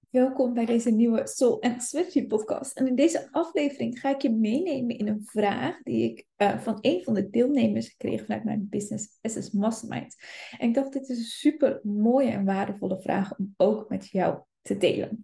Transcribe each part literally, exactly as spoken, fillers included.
Welkom bij deze nieuwe Soul and Strategy podcast. En in deze aflevering ga ik je meenemen in een vraag die ik uh, van een van de deelnemers kreeg vanuit mijn Business Assets Mastermind. En ik dacht, dit is een super mooie en waardevolle vraag om ook met jou te delen.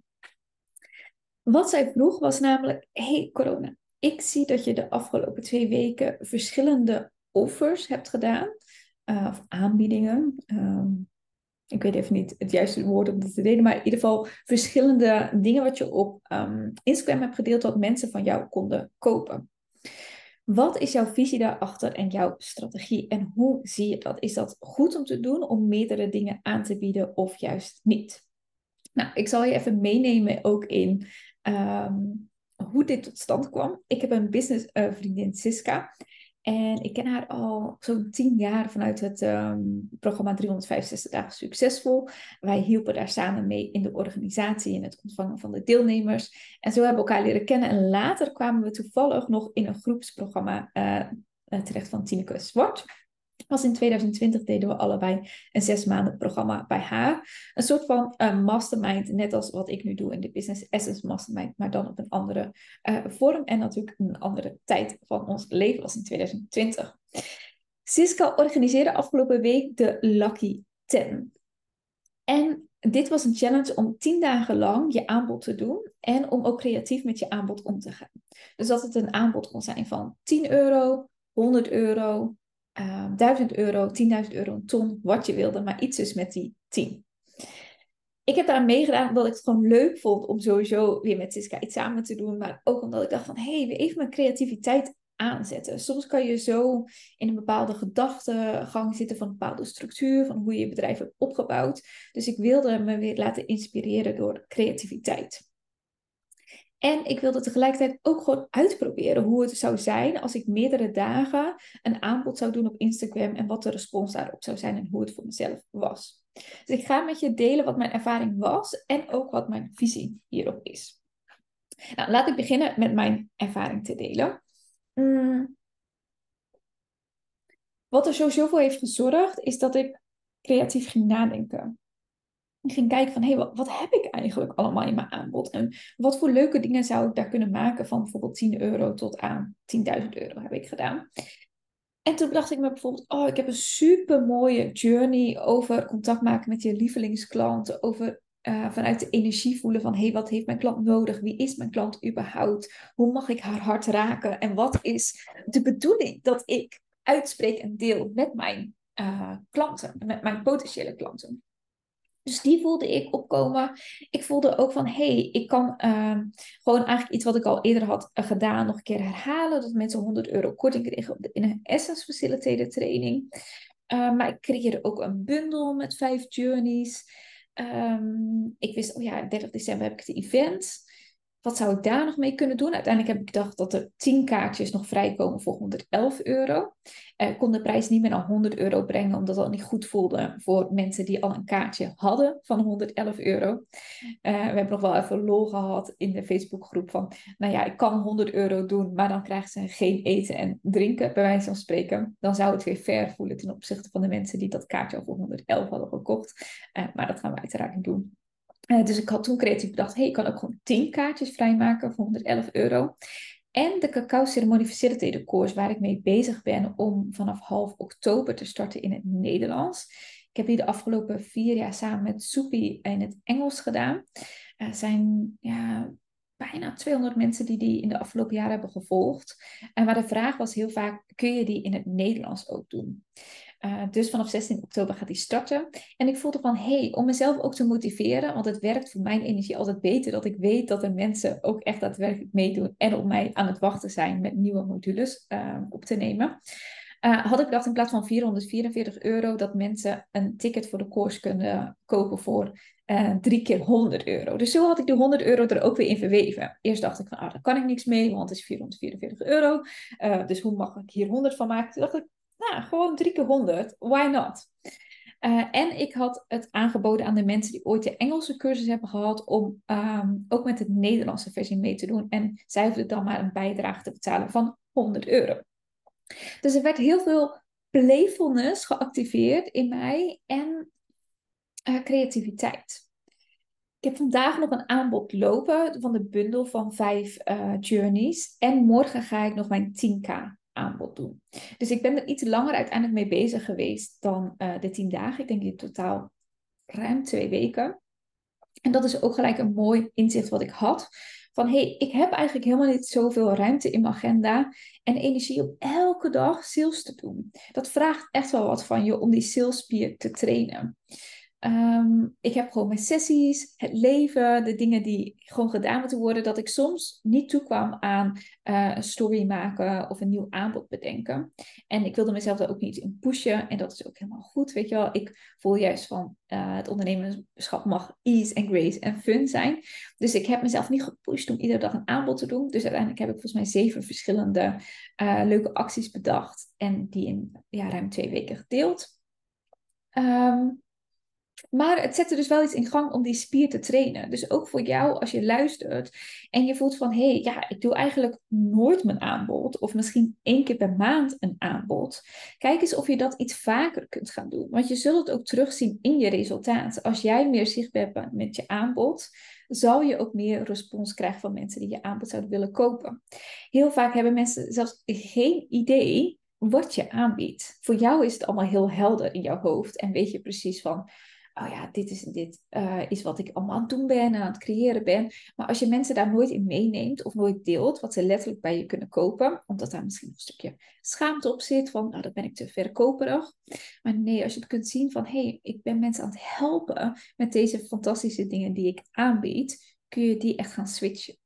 Wat zij vroeg was namelijk, hey corona, ik zie dat je de afgelopen twee weken verschillende offers hebt gedaan, uh, of aanbiedingen. Um, Ik weet even niet het juiste woord om dit te delen, maar in ieder geval verschillende dingen wat je op um, Instagram hebt gedeeld, wat mensen van jou konden kopen. Wat is jouw visie daarachter en jouw strategie? En hoe zie je dat? Is dat goed om te doen om meerdere dingen aan te bieden of juist niet? Nou, ik zal je even meenemen ook in um, hoe dit tot stand kwam. Ik heb een business uh, vriendin, Siska. En ik ken haar al zo'n tien jaar vanuit het um, programma driehonderdvijfenzestig dagen succesvol. Wij hielpen daar samen mee in de organisatie en het ontvangen van de deelnemers. En zo hebben we elkaar leren kennen. En later kwamen we toevallig nog in een groepsprogramma uh, terecht van Tineke Zwart. Was in tweeduizend twintig deden we allebei een zes maanden programma bij haar. Een soort van uh, mastermind, net als wat ik nu doe in de Business Assets Mastermind, maar dan op een andere uh, vorm en natuurlijk een andere tijd van ons leven, was in tweeduizend twintig. Siska organiseerde afgelopen week de Lucky tien. En dit was een challenge om tien dagen lang je aanbod te doen en om ook creatief met je aanbod om te gaan. Dus dat het een aanbod kon zijn van tien euro, honderd euro, uh, duizend euro, tienduizend euro, een ton, wat je wilde, maar iets dus met die tien. Ik heb daar meegedaan omdat ik het gewoon leuk vond om sowieso weer met Siska iets samen te doen, maar ook omdat ik dacht van, hé, hey, weer even mijn creativiteit aanzetten. Soms kan je zo in een bepaalde gedachtegang zitten van een bepaalde structuur, van hoe je je bedrijf hebt opgebouwd. Dus ik wilde me weer laten inspireren door creativiteit. En ik wilde tegelijkertijd ook gewoon uitproberen hoe het zou zijn als ik meerdere dagen een aanbod zou doen op Instagram en wat de respons daarop zou zijn en hoe het voor mezelf was. Dus ik ga met je delen wat mijn ervaring was en ook wat mijn visie hierop is. Nou, laat ik beginnen met mijn ervaring te delen. Mm. Wat er sowieso voor heeft gezorgd, is dat ik creatief ging nadenken. Ik ging kijken van, hé, hey, wat, wat heb ik eigenlijk allemaal in mijn aanbod? En wat voor leuke dingen zou ik daar kunnen maken van bijvoorbeeld tien euro tot aan tienduizend euro heb ik gedaan. En toen dacht ik me bijvoorbeeld, oh, ik heb een super mooie journey over contact maken met je lievelingsklant. Over uh, vanuit de energie voelen van, hé, hey, wat heeft mijn klant nodig? Wie is mijn klant überhaupt? Hoe mag ik haar hart raken? En wat is de bedoeling dat ik uitspreek en deel met mijn uh, klanten, met mijn potentiële klanten? Dus die voelde ik opkomen. Ik voelde ook van, hé, hey, ik kan uh, gewoon eigenlijk iets wat ik al eerder had uh, gedaan nog een keer herhalen. Dat mensen honderd euro korting kregen op de, in een Essence Facilitator training. Uh, maar ik creëerde ook een bundel met vijf journeys. Um, ik wist, oh ja, dertig december heb ik het event. Wat zou ik daar nog mee kunnen doen? Uiteindelijk heb ik gedacht dat er tien kaartjes nog vrijkomen voor honderd elf euro. Ik uh, kon de prijs niet meer naar honderd euro brengen, omdat dat niet goed voelde voor mensen die al een kaartje hadden van honderd elf euro. Uh, we hebben nog wel even lol gehad in de Facebookgroep van, nou ja, ik kan honderd euro doen, maar dan krijgen ze geen eten en drinken, bij wijze van spreken. Dan zou het weer fair voelen ten opzichte van de mensen die dat kaartje al voor honderd elf hadden gekocht. Uh, maar dat gaan we uiteraard niet doen. Uh, dus ik had toen creatief bedacht, hey, ik kan ook gewoon tien kaartjes vrijmaken voor honderd elf euro. En de Cacao Ceremonie Facilitator course waar ik mee bezig ben om vanaf half oktober te starten in het Nederlands. Ik heb die de afgelopen vier jaar samen met Soepie in het Engels gedaan. Er uh, zijn ja, bijna tweehonderd mensen die die in de afgelopen jaren hebben gevolgd. En waar de vraag was heel vaak, kun je die in het Nederlands ook doen? Uh, dus vanaf zestien oktober gaat die starten. En ik voelde van, hé, hey, om mezelf ook te motiveren, want het werkt voor mijn energie altijd beter, dat ik weet dat er mensen ook echt daadwerkelijk meedoen en op mij aan het wachten zijn met nieuwe modules uh, op te nemen. Uh, had ik gedacht in plaats van vierhonderdvierenveertig euro dat mensen een ticket voor de course kunnen kopen voor uh, drie keer honderd euro. Dus zo had ik de honderd euro er ook weer in verweven. Eerst dacht ik van, ah, daar kan ik niks mee, want het is vierhonderdvierenveertig euro. Uh, dus hoe mag ik hier honderd van maken? Toen dacht ik, nou, gewoon drie keer honderd. Why not? Uh, en ik had het aangeboden aan de mensen die ooit de Engelse cursus hebben gehad om um, ook met de Nederlandse versie mee te doen. En zij hoefden dan maar een bijdrage te betalen van honderd euro. Dus er werd heel veel playfulness geactiveerd in mij en uh, creativiteit. Ik heb vandaag nog een aanbod lopen van de bundel van vijf uh, journeys. En morgen ga ik nog mijn tien k aanbod doen. Dus ik ben er iets langer uiteindelijk mee bezig geweest dan uh, de tien dagen. Ik denk in totaal ruim twee weken. En dat is ook gelijk een mooi inzicht wat ik had. Van hé, hey, ik heb eigenlijk helemaal niet zoveel ruimte in mijn agenda en energie om elke dag sales te doen. Dat vraagt echt wel wat van je om die salesspier te trainen. Um, ik heb gewoon mijn sessies, het leven, de dingen die gewoon gedaan moeten worden, dat ik soms niet toekwam aan uh, een story maken of een nieuw aanbod bedenken. En ik wilde mezelf daar ook niet in pushen en dat is ook helemaal goed, weet je wel. Ik voel juist van uh, het ondernemerschap mag ease en grace en fun zijn. Dus ik heb mezelf niet gepusht om iedere dag een aanbod te doen. Dus uiteindelijk heb ik volgens mij zeven verschillende uh, leuke acties bedacht en die in ja, ruim twee weken gedeeld. Um, Maar het zet er dus wel iets in gang om die spier te trainen. Dus ook voor jou als je luistert en je voelt van... hé, hey, ja, ik doe eigenlijk nooit mijn aanbod. Of misschien één keer per maand een aanbod. Kijk eens of je dat iets vaker kunt gaan doen. Want je zult het ook terugzien in je resultaat. Als jij meer zichtbaar bent met je aanbod... zal je ook meer respons krijgen van mensen die je aanbod zouden willen kopen. Heel vaak hebben mensen zelfs geen idee wat je aanbiedt. Voor jou is het allemaal heel helder in jouw hoofd. En weet je precies van... oh ja, dit is, dit, uh, is wat ik allemaal aan het doen ben en aan het creëren ben. Maar als je mensen daar nooit in meeneemt of nooit deelt, wat ze letterlijk bij je kunnen kopen, omdat daar misschien nog een stukje schaamte op zit, van nou, dan ben ik te verkoperig. Maar nee, als je het kunt zien van, hé, hey, ik ben mensen aan het helpen met deze fantastische dingen die ik aanbied, kun je die echt gaan switchen.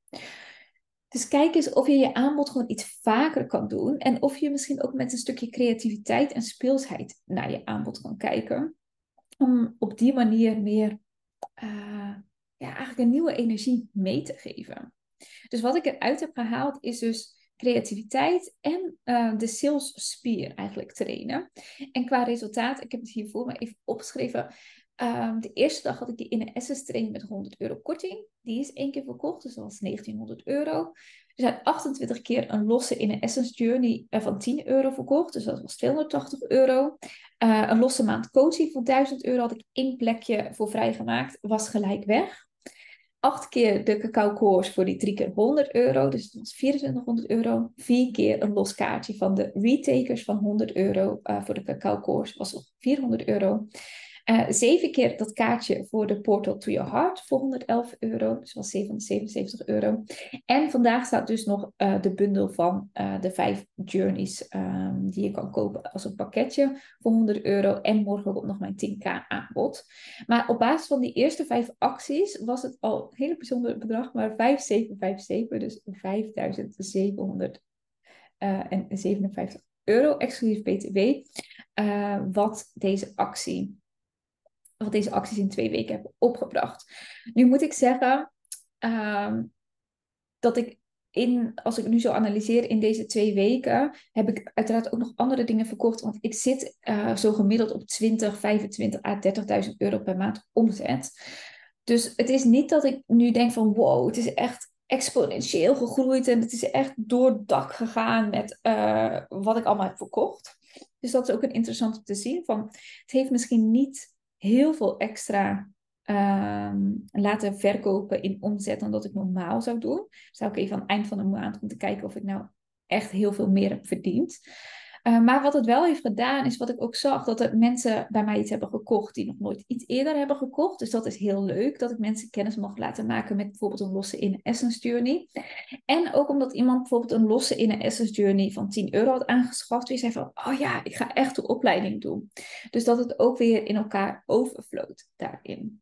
Dus kijk eens of je je aanbod gewoon iets vaker kan doen en of je misschien ook met een stukje creativiteit en speelsheid naar je aanbod kan kijken. Om op die manier meer uh, ja, eigenlijk een nieuwe energie mee te geven. Dus wat ik eruit heb gehaald is dus creativiteit en uh, de salesspier eigenlijk trainen. En qua resultaat, ik heb het hier voor me even opgeschreven. Um, de eerste dag had ik die Inner Essence training met honderd euro korting. Die is één keer verkocht, dus dat was negentienhonderd euro. Er zijn achtentwintig keer een losse Inner Essence Journey van tien euro verkocht, dus dat was tweehonderdtachtig euro. Uh, een losse maand coaching voor duizend euro had ik één plekje voor vrijgemaakt, was gelijk weg. Acht keer de cacao course voor die drie keer honderd euro. Dus dat was vierentwintighonderd euro. Vier keer een los kaartje van de retakers van honderd euro. Uh, voor de cacao course was nog vierhonderd euro. Uh, zeven keer dat kaartje voor de Portal to Your Heart voor honderd elf euro. Dus dat was zevenhonderdzevenenzeventig euro. En vandaag staat dus nog uh, de bundel van uh, de vijf journeys um, die je kan kopen als een pakketje voor honderd euro. En morgen ook nog mijn tien k aanbod. Maar op basis van die eerste vijf acties was het al een hele bijzonder bedrag. Maar vijf zeven vijf zeven, dus vijfduizend zevenhonderdzevenenvijftig euro exclusief B T W. Uh, wat deze actie... wat deze acties in twee weken hebben opgebracht. Nu moet ik zeggen um, dat ik in, als ik nu zo analyseer in deze twee weken, heb ik uiteraard ook nog andere dingen verkocht. Want ik zit uh, zo gemiddeld op twintig, vijfentwintig à dertigduizend euro per maand omzet. Dus het is niet dat ik nu denk van wow, het is echt exponentieel gegroeid en het is echt door het dak gegaan met uh, wat ik allemaal heb verkocht. Dus dat is ook een interessant om te zien. Van, het heeft misschien niet heel veel extra um, laten verkopen in omzet dan dat ik normaal zou doen. Zou ik even aan het eind van de maand om te kijken of ik nou echt heel veel meer heb verdiend. Uh, maar wat het wel heeft gedaan, is wat ik ook zag, dat er mensen bij mij iets hebben gekocht die nog nooit iets eerder hebben gekocht. Dus dat is heel leuk, dat ik mensen kennis mag laten maken met bijvoorbeeld een losse Inner Essence Journey. En ook omdat iemand bijvoorbeeld een losse Inner Essence Journey van tien euro had aangeschaft, die zei van, oh ja, ik ga echt de opleiding doen. Dus dat het ook weer in elkaar overvloot daarin.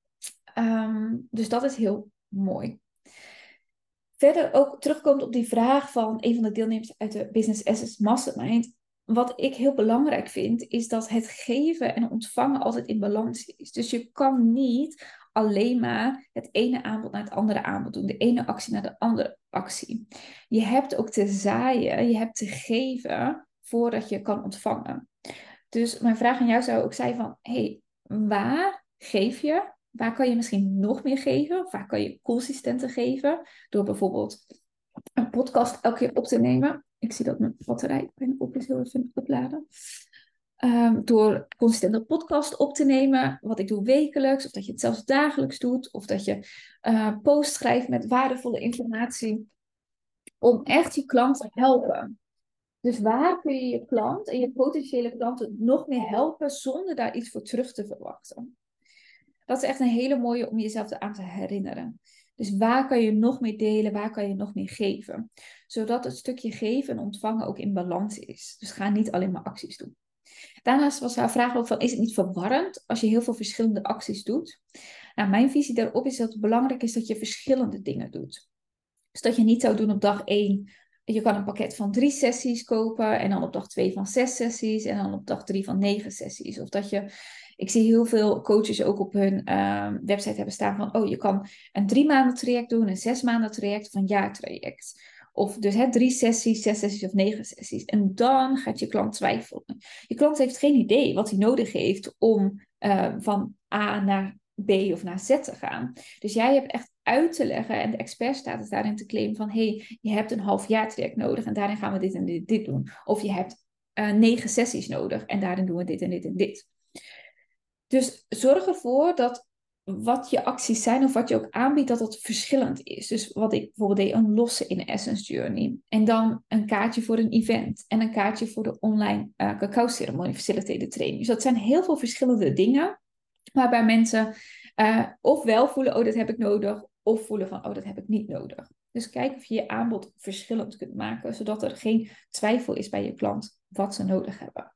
Um, dus dat is heel mooi. Verder ook terugkomend op die vraag van een van de deelnemers uit de Business Essence Mastermind. Wat ik heel belangrijk vind, is dat het geven en ontvangen altijd in balans is. Dus je kan niet alleen maar het ene aanbod naar het andere aanbod doen. De ene actie naar de andere actie. Je hebt ook te zaaien, je hebt te geven voordat je kan ontvangen. Dus mijn vraag aan jou zou ook zijn van, hey, waar geef je? Waar kan je misschien nog meer geven? Of waar kan je consistenter geven? Door bijvoorbeeld een podcast elke keer op te nemen. Ik zie dat mijn batterij bijna op is, heel even opladen. Um, door consistent een podcast op te nemen, wat ik doe wekelijks, of dat je het zelfs dagelijks doet, of dat je uh, post schrijft met waardevolle informatie, om echt je klant te helpen. Dus waar kun je je klant en je potentiële klanten nog meer helpen zonder daar iets voor terug te verwachten? Dat is echt een hele mooie om jezelf aan te herinneren. Dus waar kan je nog meer delen, waar kan je nog meer geven? Zodat het stukje geven en ontvangen ook in balans is. Dus ga niet alleen maar acties doen. Daarnaast was haar vraag ook van, is het niet verwarrend als je heel veel verschillende acties doet? Nou, mijn visie daarop is dat het belangrijk is dat je verschillende dingen doet. Dus dat je niet zou doen op dag één, je kan een pakket van drie sessies kopen en dan op dag twee van zes sessies en dan op dag drie van negen sessies. Of dat je, ik zie heel veel coaches ook op hun uh, website hebben staan van, oh, je kan een drie maanden traject doen, een zes maanden traject of een jaartraject. Of dus hè, drie sessies, zes sessies of negen sessies. En dan gaat je klant twijfelen. Je klant heeft geen idee wat hij nodig heeft om uh, van A naar B of naar Z te gaan. Dus jij hebt echt uit te leggen en de expertstatus daarin te claimen van, hé, hey, je hebt een half jaar traject nodig en daarin gaan we dit en dit, dit doen. Of je hebt uh, negen sessies nodig en daarin doen we dit en dit en dit. Dus zorg ervoor dat wat je acties zijn of wat je ook aanbiedt, dat dat verschillend is. Dus wat ik bijvoorbeeld deed, een losse in de Essence Journey. En dan een kaartje voor een event. En een kaartje voor de online uh, cacao ceremonie facilitated training. Dus dat zijn heel veel verschillende dingen. Waarbij mensen uh, of wel voelen, oh, dat heb ik nodig. Of voelen van, oh, dat heb ik niet nodig. Dus kijk of je je aanbod verschillend kunt maken. Zodat er geen twijfel is bij je klant wat ze nodig hebben.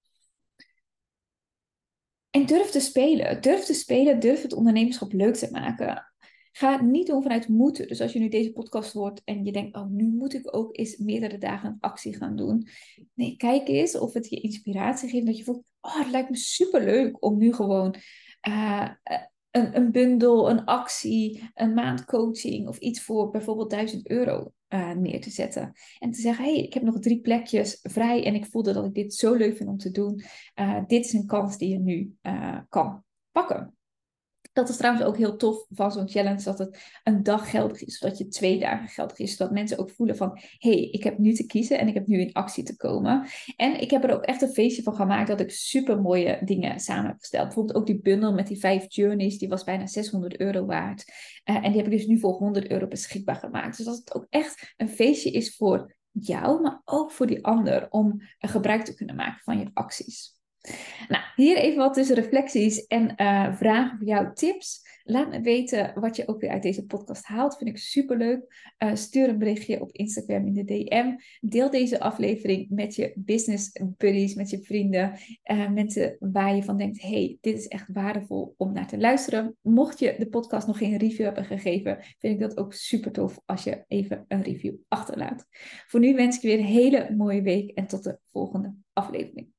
En durf te spelen. Durf te spelen. Durf het ondernemerschap leuk te maken. Ga het niet doen vanuit moeten. Dus als je nu deze podcast hoort en je denkt, oh, nu moet ik ook eens meerdere dagen een actie gaan doen. Nee, kijk eens of het je inspiratie geeft. Dat je voelt, oh, het lijkt me superleuk om nu gewoon uh, een, een bundel, een actie, een maand coaching of iets voor bijvoorbeeld duizend euro uh, neer te zetten. En te zeggen, hé, hey, ik heb nog drie plekjes vrij en ik voelde dat ik dit zo leuk vind om te doen. Uh, dit is een kans die je nu uh, kan pakken. Dat is trouwens ook heel tof van zo'n challenge, dat het een dag geldig is, zodat je twee dagen geldig is, zodat mensen ook voelen van, hé, hey, ik heb nu te kiezen en ik heb nu in actie te komen. En ik heb er ook echt een feestje van gemaakt dat ik super mooie dingen samen heb gesteld. Bijvoorbeeld ook die bundel met die vijf journeys, die was bijna zeshonderd euro waard. Uh, en die heb ik dus nu voor honderd euro beschikbaar gemaakt. Dus dat het ook echt een feestje is voor jou, maar ook voor die ander, om gebruik te kunnen maken van je acties. Nou, hier even wat tussen reflecties en uh, vragen voor jou, tips. Laat me weten wat je ook weer uit deze podcast haalt. Vind ik superleuk. Uh, stuur een berichtje op Instagram in de D M. Deel deze aflevering met je business buddies, met je vrienden. Uh, mensen waar je van denkt, hey, dit is echt waardevol om naar te luisteren. Mocht je de podcast nog geen review hebben gegeven, vind ik dat ook super tof als je even een review achterlaat. Voor nu wens ik je weer een hele mooie week en tot de volgende aflevering.